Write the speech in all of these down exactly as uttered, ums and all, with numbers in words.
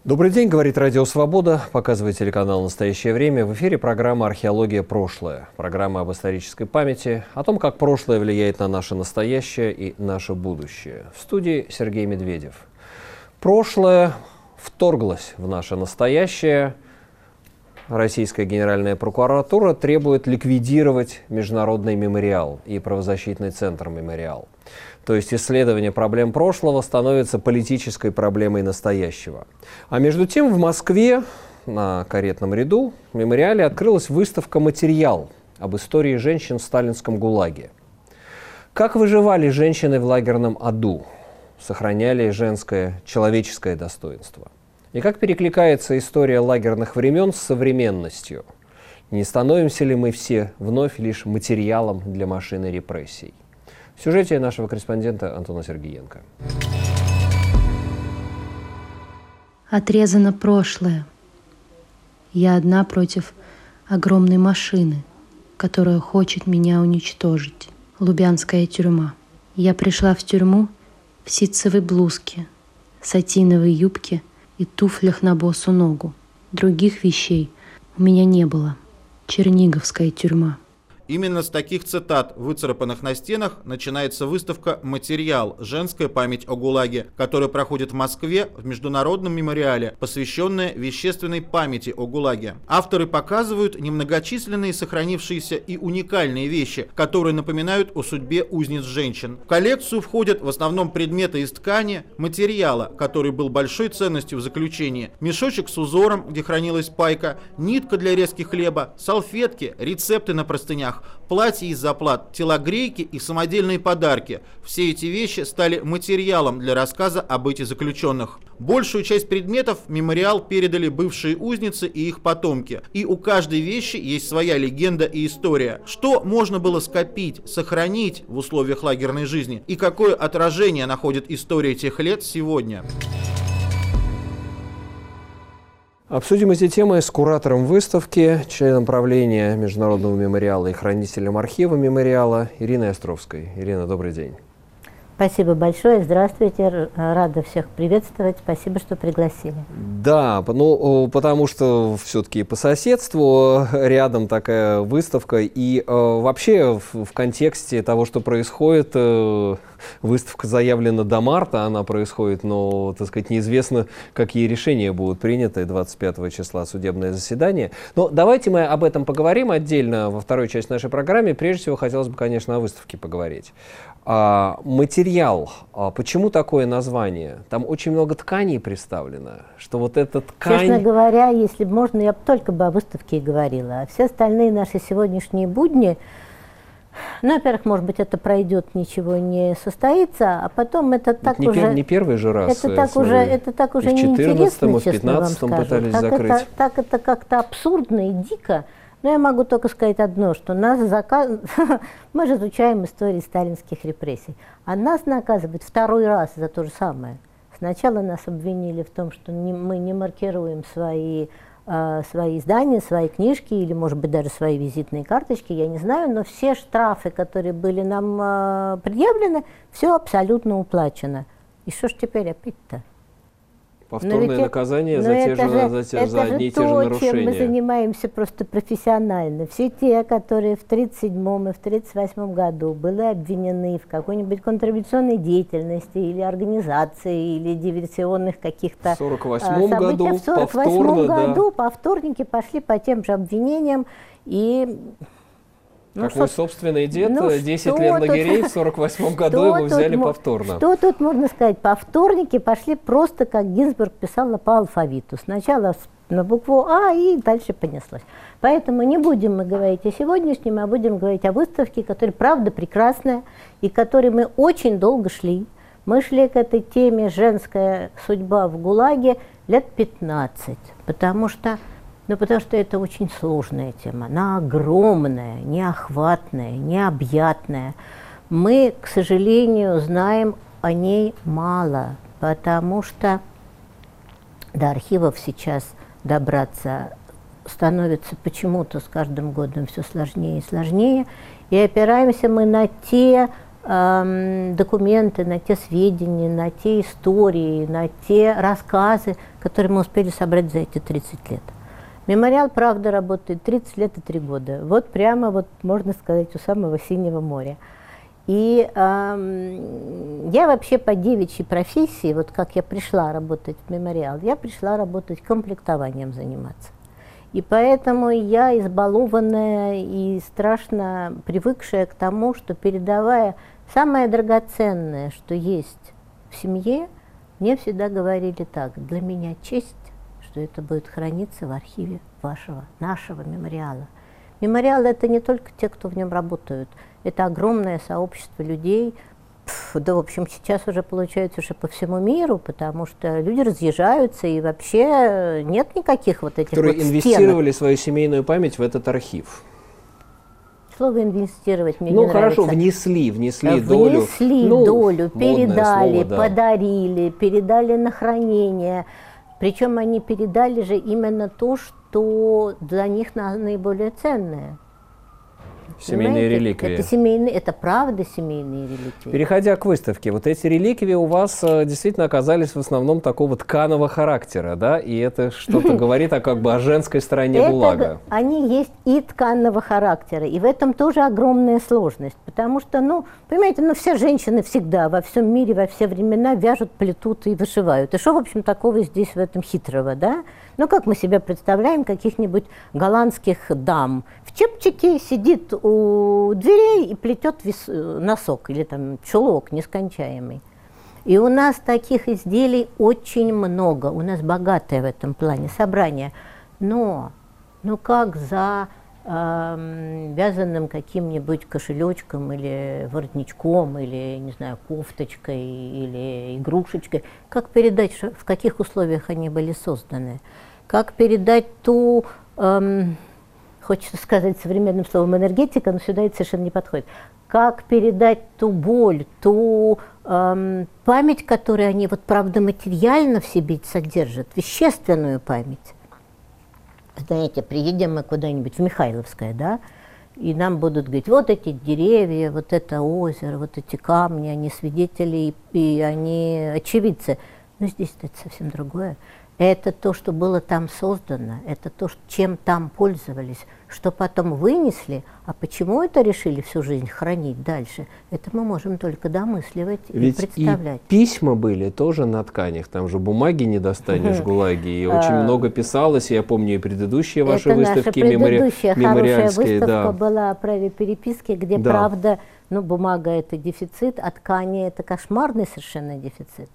Добрый день, говорит Радио Свобода, показывает телеканал «Настоящее время». В эфире программа «Археология. Прошлое». Программа об исторической памяти, о том, как прошлое влияет на наше настоящее и наше будущее. В студии Сергей Медведев. Прошлое вторглось в наше настоящее. Российская Генеральная прокуратура требует ликвидировать Международный мемориал и правозащитный центр «Мемориал». То есть исследование проблем прошлого становится политической проблемой настоящего. А между тем в Москве на Каретном ряду в мемориале открылась выставка «Материал» об истории женщин в сталинском ГУЛАГе. Как выживали женщины в лагерном аду, сохраняли женское человеческое достоинство. И как перекликается история лагерных времен с современностью. Не становимся ли мы все вновь лишь материалом для машины репрессий? В сюжете нашего корреспондента Антона Сергеенко. Отрезано прошлое. Я одна против огромной машины, которая хочет меня уничтожить. Лубянская тюрьма. Я пришла в тюрьму в ситцевой блузке, сатиновой юбке и туфлях на босу ногу. Других вещей у меня не было. Черниговская тюрьма. Именно с таких цитат, выцарапанных на стенах, начинается выставка «Материал. Женская память о ГУЛАГе», которая проходит в Москве в Международном мемориале, посвященная вещественной памяти о ГУЛАГе. Авторы показывают немногочисленные сохранившиеся и уникальные вещи, которые напоминают о судьбе узниц женщин. В коллекцию входят в основном предметы из ткани, материала, который был большой ценностью в заключении, мешочек с узором, где хранилась пайка, нитка для резки хлеба, салфетки, рецепты на простынях, платья из заплат, телогрейки и самодельные подарки. Все эти вещи стали материалом для рассказа об этих заключенных. Большую часть предметов мемориал передали бывшие узницы и их потомки. И у каждой вещи есть своя легенда и история. Что можно было скопить, сохранить в условиях лагерной жизни? И какое отражение находит история тех лет сегодня? Обсудим эти темы с куратором выставки, членом правления Международного мемориала и хранителем архива мемориала Ириной Островской. Ирина, добрый день. Спасибо большое, здравствуйте, рада всех приветствовать, спасибо, что пригласили. Да, ну, потому что все-таки по соседству рядом такая выставка, и э, вообще в, в контексте того, что происходит, э, выставка заявлена до марта, она происходит, но, так сказать, неизвестно, какие решения будут приняты, двадцать пятого числа судебное заседание. Но давайте мы об этом поговорим отдельно во второй части нашей программы. Прежде всего, хотелось бы, конечно, о выставке поговорить. А, материал. А почему такое название? Там очень много тканей представлено, что вот эта ткань... Честно говоря, если бы можно, я бы только бы о выставке и говорила. А все остальные наши сегодняшние будни, ну, во-первых, может быть, это пройдет, ничего не состоится, а потом это так не уже... Пер, не первый же раз. Это так уже, это так уже неинтересно, честно вам скажу. Пытались так, закрыть. Это, так это как-то абсурдно и дико. Но я могу только сказать одно, что нас заказ... мы же изучаем историю сталинских репрессий, а нас наказывают второй раз за то же самое. Сначала нас обвинили в том, что не, мы не маркируем свои, э, свои издания, свои книжки или, может быть, даже свои визитные карточки, я не знаю, но все штрафы, которые были нам э, предъявлены, все абсолютно уплачено. И что ж теперь опять-то? Повторное ведь, наказание за, те же, же, за, те, за одни и те же нарушения. Это чем мы занимаемся просто профессионально. Все те, которые в тридцать седьмом и в тридцать восьмом году были обвинены в какой-нибудь контрреволюционной деятельности или организации, или диверсионных каких-то событий. В сорок восьмом году в сорок восьмом повторно, году да. повторники пошли по тем же обвинениям и... Ну, как мой собственный дед, ну, десять лет лагерей, в сорок восьмом году его взяли повторно. Что тут можно сказать? Повторники пошли просто, как Гинзбург писала, по алфавиту. Сначала на букву А и дальше понеслось. Поэтому не будем мы говорить о сегодняшнем, а будем говорить о выставке, которая, правда, прекрасная, и к которой мы очень долго шли. Мы шли к этой теме «Женская судьба в ГУЛАГе» лет пятнадцать, потому что... Ну, потому что это очень сложная тема, она огромная, неохватная, необъятная. Мы, к сожалению, знаем о ней мало, потому что до архивов сейчас добраться становится почему-то с каждым годом все сложнее и сложнее. И опираемся мы на те э, документы, на те сведения, на те истории, на те рассказы, которые мы успели собрать за эти тридцать лет. Мемориал, правда, работает тридцать лет и три года. Вот прямо, вот, можно сказать, у самого Синего моря. И э, я вообще по девичьей профессии, вот как я пришла работать в мемориал, я пришла работать комплектованием заниматься. И поэтому я избалованная и страшно привыкшая к тому, что, передавая самое драгоценное, что есть в семье, мне всегда говорили так: для меня честь, что это будет храниться в архиве вашего, нашего мемориала. Мемориал — это не только те, кто в нем работают, это огромное сообщество людей. Пф, да, в общем, сейчас уже получается уже по всему миру, потому что люди разъезжаются, и вообще нет никаких вот этих которые вот инвестировали стенок. свою семейную память в этот архив. Слово «инвестировать» мне ну, не хорошо, нравится. внесли, внесли долю. Внесли ну, долю, передали, слово, да. подарили, передали на хранение. Причем они передали же именно то, что для них наиболее ценное. Семейные Понимаете? реликвии. Это, семейные, это правда семейные реликвии. Переходя к выставке, вот эти реликвии у вас э, действительно оказались в основном такого тканого характера, да? И это что-то говорит о, как бы, о женской стороне Это ГУЛАГа. Они есть и тканного характера, и в этом тоже огромная сложность, потому что, ну, понимаете, ну, все женщины всегда во всем мире, во все времена вяжут, плетут и вышивают. И что, в общем, такого здесь в этом хитрого, да? Ну, как мы себе представляем каких-нибудь голландских дам? В чепчике сидит у дверей и плетет вис... носок или там чулок нескончаемый. И у нас таких изделий очень много, у нас богатое в этом плане собрание. Но, ну как за э, вязаным каким-нибудь кошелечком или воротничком, или, не знаю, кофточкой или игрушечкой, как передать, в каких условиях они были созданы? Как передать ту, эм, хочется сказать современным словом энергетика, но сюда это совершенно не подходит. Как передать ту боль, ту эм, память, которую они, вот правда, материально в себе содержат, вещественную память. Знаете, приедем мы куда-нибудь в Михайловское, да, и нам будут говорить: вот эти деревья, вот это озеро, вот эти камни, они свидетели и, и они очевидцы. Но здесь это совсем другое. Это то, что было там создано, это то, чем там пользовались, что потом вынесли, а почему это решили всю жизнь хранить дальше, это мы можем только домысливать Ведь и представлять. И письма были тоже на тканях, там же бумаги не достанешь в ГУЛАГе, и очень много писалось, я помню и предыдущие ваши выставки мемориальские. Это наша предыдущая хорошая выставка да. была о праве переписки, где, да. правда, ну, бумага — это дефицит, а ткани — это кошмарный совершенно дефицит.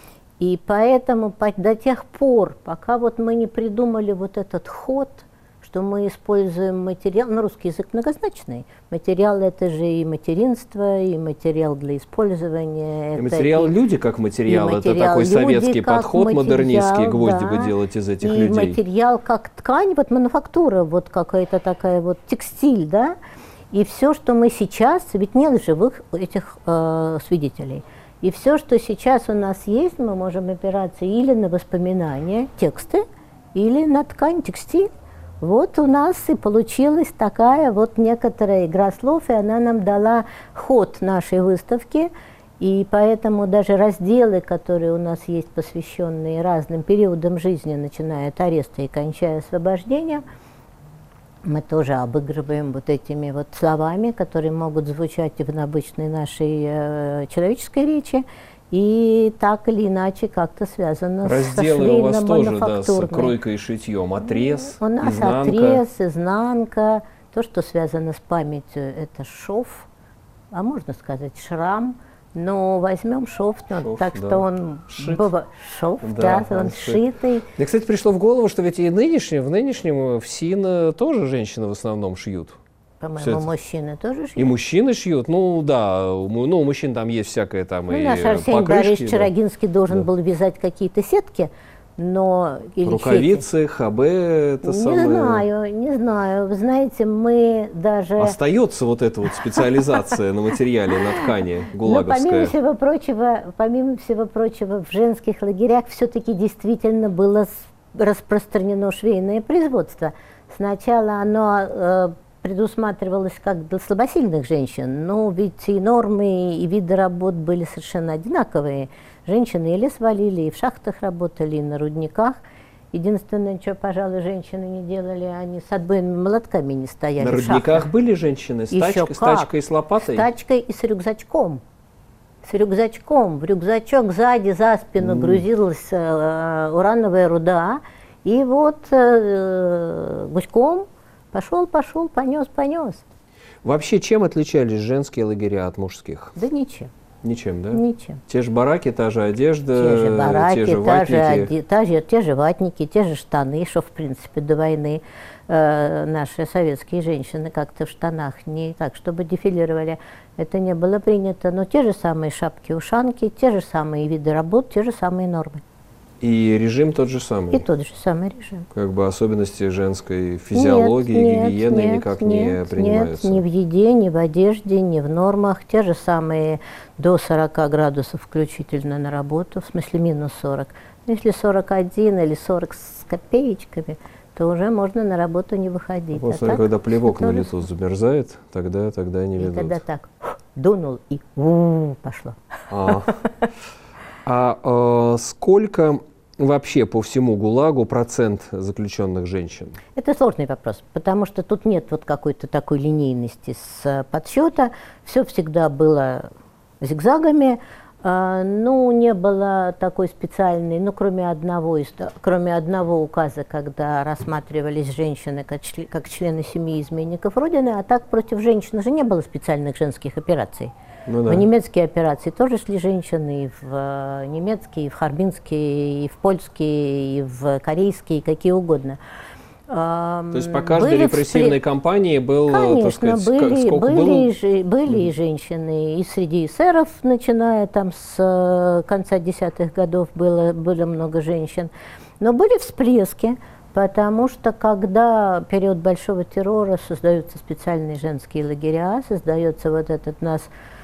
И поэтому до тех пор, пока вот мы не придумали вот этот ход, что мы используем материал, ну, русский язык многозначный, материал — это же и материнство, и материал для использования. И материал и, люди как материал, это такой советский подход материал, модернистский, гвозди да, бы делать из этих и людей. И материал как ткань, вот мануфактура, вот какая-то такая вот текстиль, да, и все, что мы сейчас, ведь нет живых этих э, свидетелей. И все, что сейчас у нас есть, мы можем опираться или на воспоминания, тексты, или на ткань, текстиль. Вот у нас и получилась такая вот некоторая игра слов, и она нам дала ход нашей выставки. И поэтому даже разделы, которые у нас есть, посвященные разным периодам жизни, начиная от ареста и кончая освобождением, мы тоже обыгрываем вот этими вот словами, которые могут звучать и в обычной нашей э, человеческой речи, и так или иначе как-то связано разделы со у вас тоже, да, с швейно-мануфактурной. кройкой и шитьем. Отрез, У нас изнанка. отрез, изнанка, то, что связано с памятью, это шов, а можно сказать шрам. Но возьмем шов, шов так да. что он Шит. быва, шов, да, да, он, он шитый. Мне, кстати, пришло в голову, что ведь и нынешнем, в нынешнем в СИН тоже женщины в основном шьют. По-моему, мужчины тоже шьют. И мужчины шьют, ну да, ну у мужчин там есть всякое там ну, и наш Арсений Борисович Чарагинский должен да. был вязать какие-то сетки, но... Или рукавицы, сети. ХБ, это не самое... Не знаю, не знаю. Вы знаете, мы даже... Остается вот эта вот специализация на материале, на ткани гулаговская. Но помимо всего прочего, помимо всего прочего, в женских лагерях все-таки действительно было распространено швейное производство. Сначала оно... предусматривалось как для слабосильных женщин, но ведь и нормы, и виды работ были совершенно одинаковые. Женщины и лес валили, и в шахтах работали, и на рудниках. Единственное, что, пожалуй, женщины не делали, они с отбойными молотками не стояли. На рудниках были женщины с, тач... с тачкой и с лопатой? С тачкой и с рюкзачком. С рюкзачком. В рюкзачок сзади, за спину mm. грузилась э, урановая руда. И вот э, гуськом пошел, пошел, понес, понес. Вообще, чем отличались женские лагеря от мужских? Да ничем. Ничем, да? Ничем. Те же бараки, та же одежда, те же бараки, те же та ватники. Же, оде... та же, те же ватники, те же штаны, что, в принципе, до войны э, наши советские женщины как-то в штанах не так, чтобы дефилировали. Это не было принято. Но те же самые шапки-ушанки, те же самые виды работ, те же самые нормы. И режим тот же самый? И тот же самый режим. Как бы особенности женской физиологии, нет, гигиены нет, никак нет, не принимаются? Нет, ни в еде, ни в одежде, ни в нормах. Те же самые до сорока градусов включительно на работу, в смысле минус сорок. Если сорок один или сорок с копеечками, то уже можно на работу не выходить. После, а когда плевок на лету замерзает, тогда, тогда не ведут. И когда так дунул, и у-у-у, пошло. А, а э, сколько вообще по всему ГУЛАГу процент заключенных женщин? Это сложный вопрос, потому что тут нет вот какой-то такой линейности с подсчета. Все всегда было зигзагами. Ну, не было такой специальной, ну, кроме одного, кроме одного указа, когда рассматривались женщины как, член, как члены семьи изменников Родины, а так против женщин уже не было специальных женских операций. Ну, да. В немецкие операции тоже шли женщины, и в немецкие, и в харбинские, и в польские, и в корейские, какие угодно. То есть по каждой были репрессивной вспл... кампании был, Конечно, так сказать, были, сколько были, было? И, были mm. и женщины, и среди эсеров, начиная там с конца десятых годов, было, было много женщин. Но были всплески, потому что когда в период Большого террора создаются специальные женские лагеря, создается вот этот нас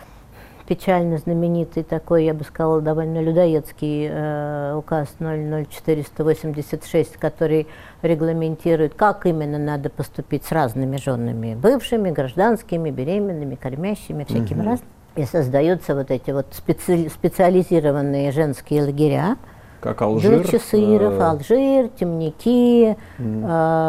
печально знаменитый такой, я бы сказала, довольно людоедский э, указ ноль ноль четыреста восемьдесят шесть, который регламентирует, как именно надо поступить с разными женами, бывшими, гражданскими, беременными, кормящими, всякими угу. разными. И создаются вот эти вот специ специализированные женские лагеря. Как Алжир? Дочесыров, а... Алжир, темники. Mm.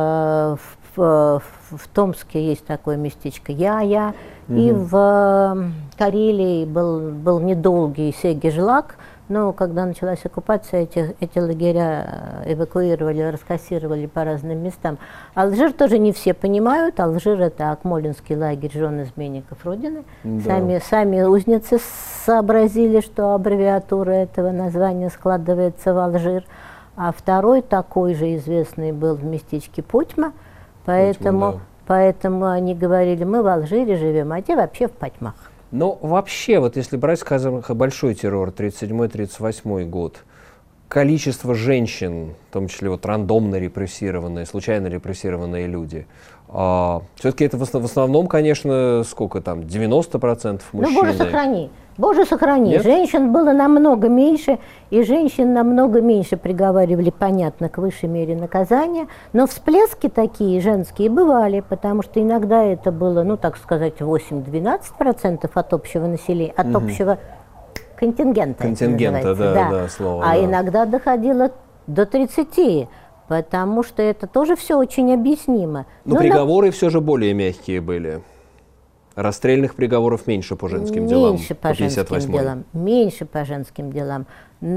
Э, в, в, в Томске есть такое местечко Я-Я. Mm-hmm. И в э, Карелии был, был недолгий Сегежлак, но когда началась оккупация, эти, эти лагеря эвакуировали, раскассировали по разным местам. Алжир тоже не все понимают. Алжир — это Акмолинский лагерь жен изменников Родины. Да. Сами, сами узницы сообразили, что аббревиатура этого названия складывается в Алжир. А второй такой же известный был в местечке Потьма, поэтому, Потьма, да. поэтому они говорили, мы в Алжире живем, а те вообще в Потьмах. Но вообще, вот если брать, скажем, большой террор, тридцать седьмой — тридцать восьмой год, количество женщин, в том числе вот рандомно репрессированные, случайно репрессированные люди, а, все-таки это в основном, конечно, сколько там, девяносто процентов мужчин? Ну, Боже сохрани, Боже сохрани. Нет? Женщин было намного меньше, и женщин намного меньше приговаривали, понятно, к высшей мере наказания, но всплески такие женские бывали, потому что иногда это было, ну, так сказать, восемь-двенадцать процентов от общего населения, от угу. общего контингента. Контингента, да, да, да, слово. А да. иногда доходило до тридцати. Потому что это тоже все очень объяснимо. Но, Но приговоры на... все же более мягкие были. Расстрельных приговоров меньше по женским делам. Меньше по, по женским делам. Меньше по женским делам.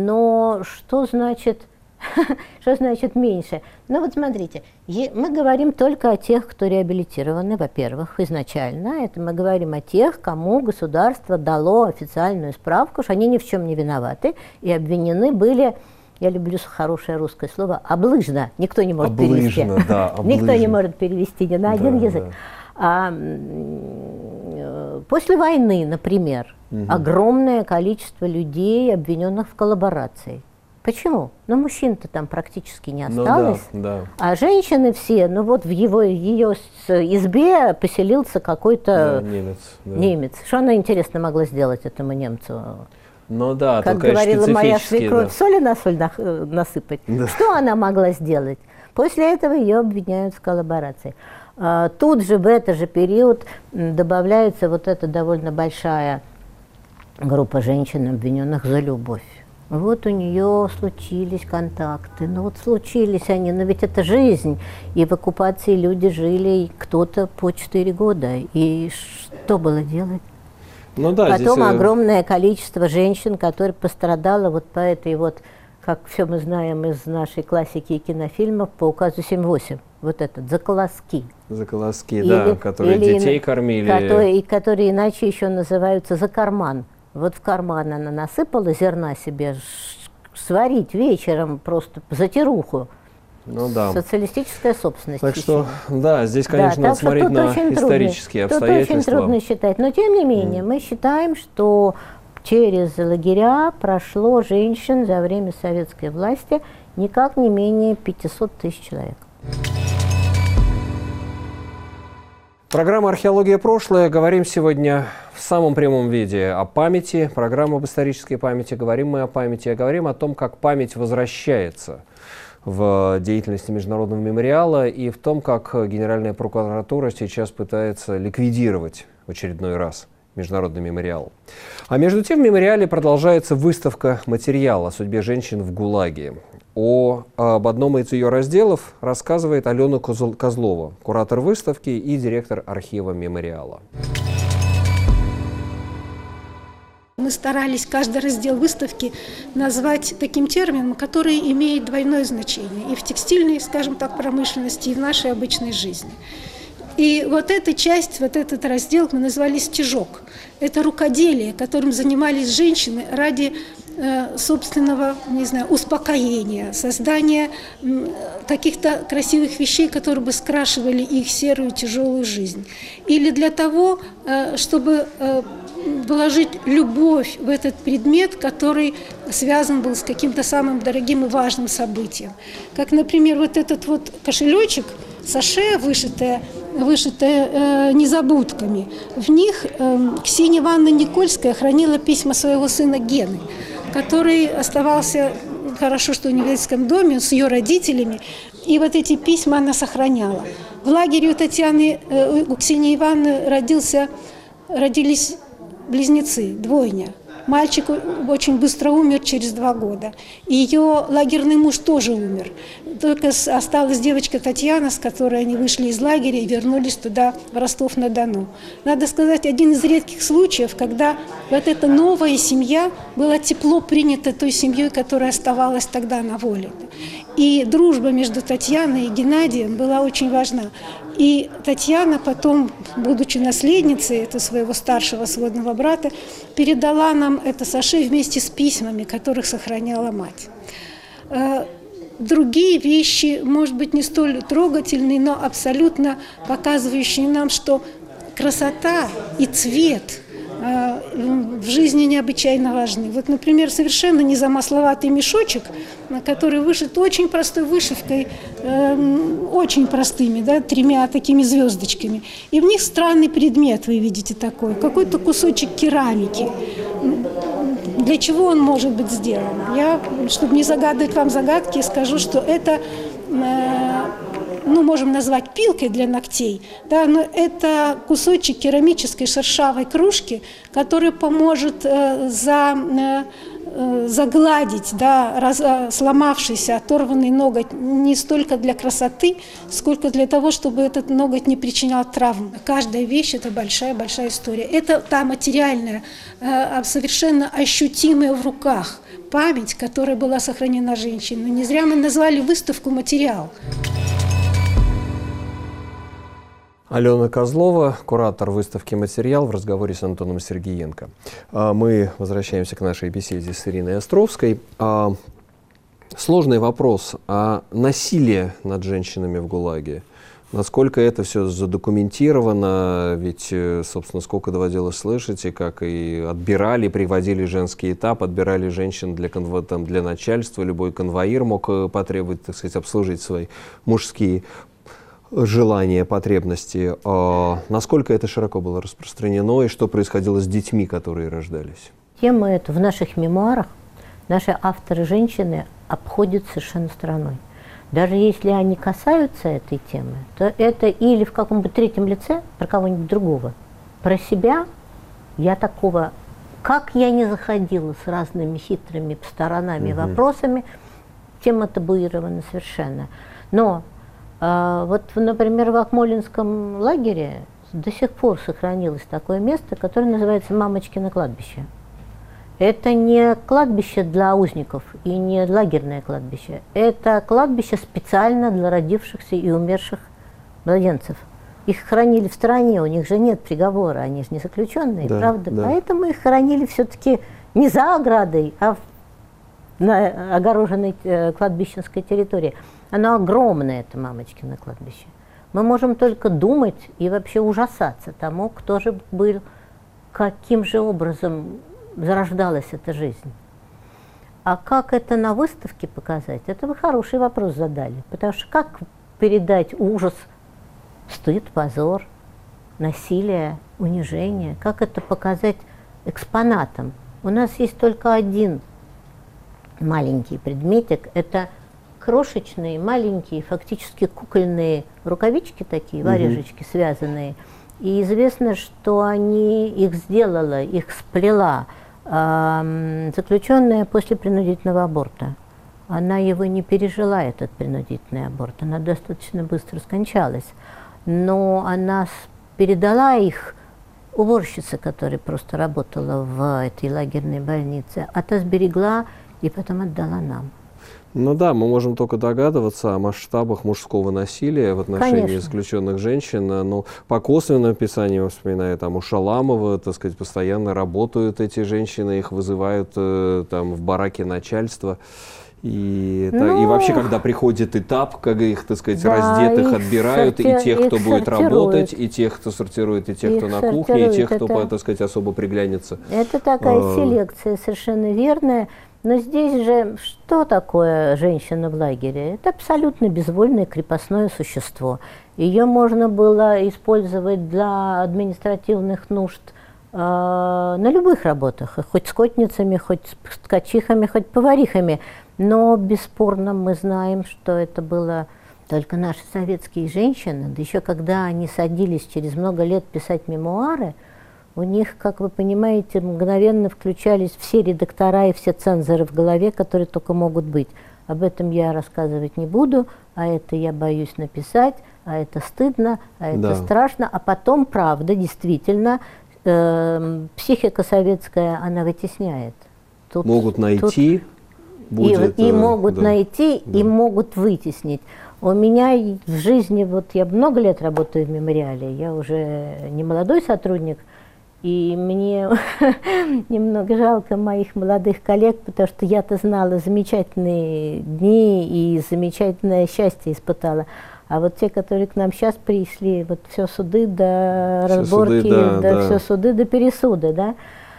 Но что значит, что значит меньше? Ну вот смотрите, мы говорим только о тех, кто реабилитированы, во-первых, изначально. Это мы говорим о тех, кому государство дало официальную справку, что они ни в чем не виноваты и обвинены были... Я люблю хорошее русское слово «облыжно». Никто не может перевести. Да, Никто не может перевести ни на один да, язык. Да. А, после войны, например, угу. огромное количество людей, обвиненных в коллаборации. Почему? Ну, мужчин-то там практически не осталось. Ну, да, да. А женщины все, ну вот в его, ее избе поселился какой-то да, немец, да. немец. Что она, интересно, могла сделать этому немцу? Ну да, как только говорила моя свекровь, да. соли на соль насыпать. Да. Что она могла сделать? После этого ее обвиняют в коллаборации. Тут же, в этот же период, добавляется вот эта довольно большая группа женщин, обвиненных за любовь. Вот у нее случились контакты, ну вот случились они, но ведь это жизнь. И в оккупации люди жили, кто-то по четыре года. И что было делать? Ну да, Потом здесь... огромное количество женщин, которые пострадало вот по этой вот, как все мы знаем из нашей классики и кинофильмов, по указу семь восемь. Вот этот, за колоски. За колоски, или, да, которые или детей ина, кормили. Которые, которые иначе еще называются за карман. Вот в карман она насыпала зерна себе, сварить вечером просто за тируху. Ну да. Социалистическая собственность. Так что, да, здесь, конечно, да, надо смотреть на исторические трудно, обстоятельства. Тут очень трудно считать. Но, тем не менее, mm. мы считаем, что через лагеря прошло женщин за время советской власти никак не менее пятисот тысяч человек. Программа «Археология. Прошлое». Говорим сегодня в самом прямом виде о памяти. Программа об исторической памяти. Говорим мы о памяти. Говорим о том, как память возвращается в деятельности Международного мемориала и в том, как Генеральная прокуратура сейчас пытается ликвидировать в очередной раз Международный мемориал. А между тем в мемориале продолжается выставка материала о судьбе женщин в ГУЛАГе. О, об одном из ее разделов рассказывает Алена Козлова, куратор выставки и директор архива мемориала. Мы старались каждый раздел выставки назвать таким термином, который имеет двойное значение и в текстильной, скажем так, промышленности, и в нашей обычной жизни. И вот эта часть, вот этот раздел мы назвали «Стежок». Это рукоделие, которым занимались женщины ради э, собственного, не знаю, успокоения, создания э, каких-то красивых вещей, которые бы скрашивали их серую тяжелую жизнь. Или для того, э, чтобы э, вложить любовь в этот предмет, который связан был с каким-то самым дорогим и важным событием. Как, например, вот этот вот кошелечек, саше, вышитое, вышитое э, незабудками. В них э, Ксения Ивановна Никольская хранила письма своего сына Гены, который оставался, хорошо, что в университетском доме, с ее родителями, и вот эти письма она сохраняла. В лагере у Татьяны, э, у Ксении Ивановны родился, родились близнецы, двойня. Мальчик очень быстро умер через два года. И ее лагерный муж тоже умер. Только осталась девочка Татьяна, с которой они вышли из лагеря и вернулись туда, в Ростов-на-Дону. Надо сказать, один из редких случаев, когда вот эта новая семья была тепло принята той семьей, которая оставалась тогда на воле. И дружба между Татьяной и Геннадием была очень важна. И Татьяна потом, будучи наследницей этого своего старшего сводного брата, передала нам это саше вместе с письмами, которых сохраняла мать. Другие вещи, может быть, не столь трогательные, но абсолютно показывающие нам, что красота и цвет в жизни необычайно важны. Вот, например, совершенно незамысловатый мешочек, который вышит очень простой вышивкой, э, очень простыми, да, тремя такими звездочками. И в них странный предмет, вы видите такой, какой-то кусочек керамики. Для чего он может быть сделан? Я, чтобы не загадывать вам загадки, скажу, что это... Э, ну, можем назвать пилкой для ногтей, да, но это кусочек керамической шершавой кружки, который поможет э, за, э, загладить, да, раз, сломавшийся, оторванный ноготь не столько для красоты, сколько для того, чтобы этот ноготь не причинял травм. Каждая вещь – это большая-большая история. Это та материальная, э, совершенно ощутимая в руках память, которая была сохранена женщиной. Не зря мы назвали выставку «Материал». Алена Козлова, куратор выставки «Материал», в разговоре с Антоном Сергеенко. Мы возвращаемся к нашей беседе с Ириной Островской. Сложный вопрос. А насилие над женщинами в ГУЛАГе? Насколько это все задокументировано? Ведь, собственно, сколько доводилось слышать, и как и отбирали, приводили женский этап, отбирали женщин для, конво, там, для начальства. Любой конвоир мог потребовать, так сказать, обслужить свои мужские желания, потребности. А насколько это широко было распространено и что происходило с детьми, которые рождались? Тему эту в наших мемуарах наши авторы-женщины обходят совершенно стороной. Даже если они касаются этой темы, то это или в каком-то третьем лице про кого-нибудь другого. Про себя я такого, как я не заходила с разными хитрыми сторонами, угу. вопросами, тема табуирована совершенно. Но э, вот, например, в Акмолинском лагере до сих пор сохранилось такое место, которое называется «Мамочкино кладбище». Это не кладбище для узников и не лагерное кладбище. Это кладбище специально для родившихся и умерших младенцев. Их хоронили в стороне, у них же нет приговора, они же не заключенные, да, правда? Да. Поэтому их хоронили все-таки не за оградой, а в, на огороженной э, кладбищенской территории. Оно огромное, это мамочкино кладбище. Мы можем только думать и вообще ужасаться тому, кто же был, каким же образом зарождалась эта жизнь. А как это на выставке показать? Это вы хороший вопрос задали. Потому что как передать ужас, стыд, позор, насилие, унижение? Как это показать экспонатом? У нас есть только один маленький предметик. Это крошечные, маленькие, фактически кукольные рукавички такие, угу. варежечки связанные. И известно, что они их сделала, их сплела заключенная после принудительного аборта. Она его не пережила, этот принудительный аборт. Она достаточно быстро скончалась. Но она передала их уборщице, которая просто работала в этой лагерной больнице, а та сберегла и потом отдала нам. Ну да, мы можем только догадываться о масштабах мужского насилия в отношении Конечно. заключенных женщин. Но по косвенным описаниям, вспоминая там у Шаламова, так сказать, постоянно работают эти женщины, их вызывают э, там в бараке начальства. И, ну, это, и вообще, когда приходит этап, когда их, так сказать, да, раздетых отбирают, сорти... и тех, кто будет работать, и тех, кто сортирует, и тех, их кто на кухне, и тех, кто, это... так сказать, особо приглянется. Это такая а... селекция совершенно верная. Но здесь же что такое женщина в лагере? Это абсолютно безвольное крепостное существо. Ее можно было использовать для административных нужд э, на любых работах, хоть скотницами, хоть ткачихами, хоть поварихами. Но бесспорно мы знаем, что это было только наши советские женщины. Да еще когда они садились через много лет писать мемуары, у них, как вы понимаете, мгновенно включались все редактора и все цензоры в голове, которые только могут быть. Об этом я рассказывать не буду, а это я боюсь написать, а это стыдно, а это да. страшно. А потом, правда, действительно, э, психика советская, она вытесняет. Тут, могут найти, тут будет, и, и могут да. найти, да. и могут вытеснить. У меня в жизни, вот я много лет работаю в мемориале, я уже не молодой сотрудник, и мне немного жалко моих молодых коллег, потому что я-то знала замечательные дни и замечательное счастье испытала. А вот те, которые к нам сейчас пришли, вот все суды до все разборки, суды, да, да, да. все суды до пересуды, да.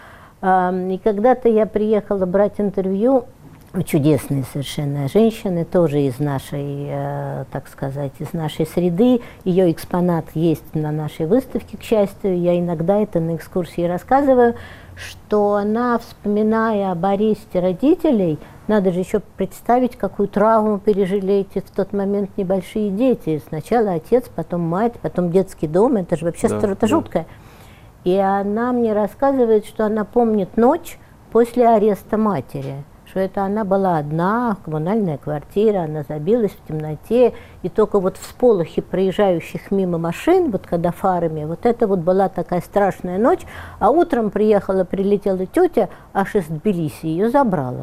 А, и когда-то я приехала брать интервью у чудесной совершенно женщины, тоже из нашей, э, так сказать, из нашей среды. Ее экспонат есть на нашей выставке, к счастью. Я иногда это на экскурсии рассказываю, что она, вспоминая об аресте родителей, надо же еще представить, какую травму пережили эти в тот момент небольшие дети. Сначала отец, потом мать, потом детский дом. Это же вообще да, это да. жуткое. И она мне рассказывает, что она помнит ночь после ареста матери. Что это она была одна, коммунальная квартира, она забилась в темноте, и только вот всполохи проезжающих мимо машин, вот когда фарами, вот это вот была такая страшная ночь, а утром приехала, прилетела тетя аж из Тбилиси, ее забрала.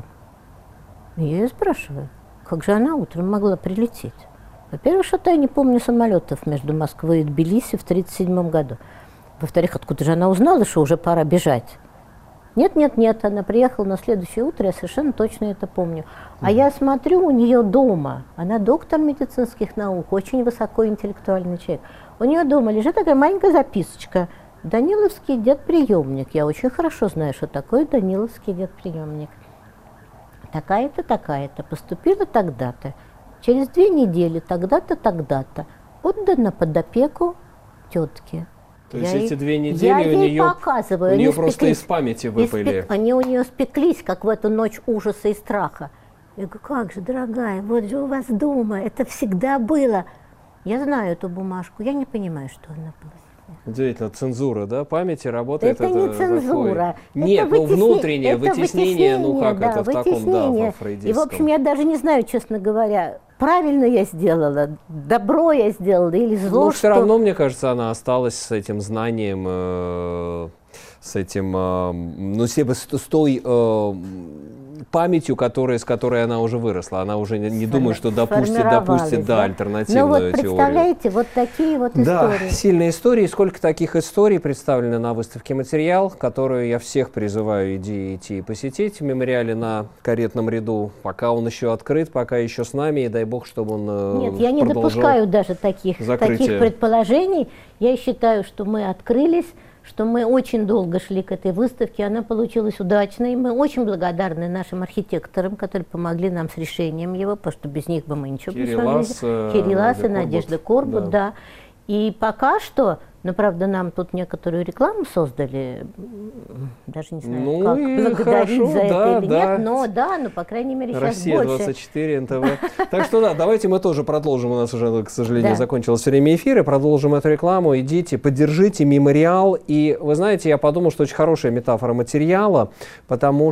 Я ее спрашиваю, как же она утром могла прилететь? Во-первых, что-то я не помню самолетов между Москвой и Тбилиси в тридцать седьмом году. Во-вторых, откуда же она узнала, что уже пора бежать? Нет, нет, нет, она приехала на следующее утро, я совершенно точно это помню. А я смотрю, у нее дома, она доктор медицинских наук, очень высокоинтеллектуальный человек. У нее дома лежит такая маленькая записочка. Даниловский дед-приемник. Я очень хорошо знаю, что такое Даниловский дед-приемник. Такая-то, такая-то, поступила тогда-то. Через две недели тогда-то, тогда-то. Отдана под опеку тетки. То есть я эти две недели я у нее, показываю. у нее просто спеклись, из памяти выпали. Испек, они у нее спеклись, как в эту ночь ужаса и страха. Я говорю, как же, дорогая, вот же у вас дома, это всегда было. Я знаю эту бумажку, я не понимаю, что она была. Удивительно, цензура, да, памяти работает. Это, это не цензура. Такой... Нет, это ну внутреннее это вытеснение, ну как да, это в таком, да, во фрейдистском. И, в общем, я даже не знаю, честно говоря, правильно я сделала, добро я сделала или зло. Но что... все равно, мне кажется, она осталась с этим знанием, э, с этим, э, ну, с, с той э, памятью, которая, с которой она уже выросла. Она уже не, не думает, что допустит, допустит да, да? альтернативную ну, вот, теорию. представляете, вот такие вот истории. Да, сильные истории. Сколько таких историй представлены на выставке «Материал», которую я всех призываю иди, идти и посетить в мемориале на Каретном ряду, пока он еще открыт, пока еще с нами, и дай бог, чтобы он Нет, я не допускаю даже таких, таких предположений. Я считаю, что мы открылись, что мы очень долго шли к этой выставке, она получилась удачной. Мы очень благодарны нашим архитекторам, которые помогли нам с решением его, потому что без них бы мы ничего бы не смогли. Кириллас и Надежда Корбут, да. да. И пока что, ну, правда, нам тут некоторую рекламу создали, даже не знаю, ну, как благодарить хорошо, за это да, или да. нет, но да, ну, по крайней мере, сейчас Россия больше. двадцать четыре, эн тэ вэ. Так что да, давайте мы тоже продолжим, у нас уже, к сожалению, да. закончилось время эфира, продолжим эту рекламу, идите, поддержите мемориал. И вы знаете, я подумал, что очень хорошая метафора материала, потому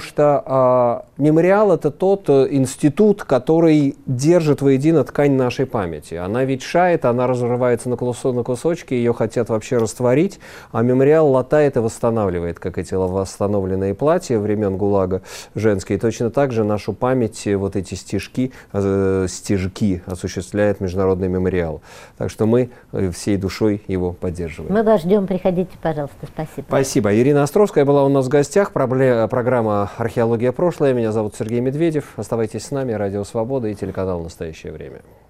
что э, мемориал — это тот институт, который держит воедино ткань нашей памяти. Она ветшает, она разрывается на, кусо на кусочки, ее хотят вообще растворить, а мемориал латает и восстанавливает, как эти восстановленные платья времен ГУЛАГа женские. И точно так же нашу память, вот эти стежки, э, стежки осуществляет Международный мемориал. Так что мы всей душой его поддерживаем. Мы вас ждем, приходите, пожалуйста. Спасибо. Спасибо. Ирина Островская была у нас в гостях. Программа «Археология. Прошлое». Меня зовут Сергей Медведев. Оставайтесь с нами. Радио «Свобода» и телеканал «Настоящее время».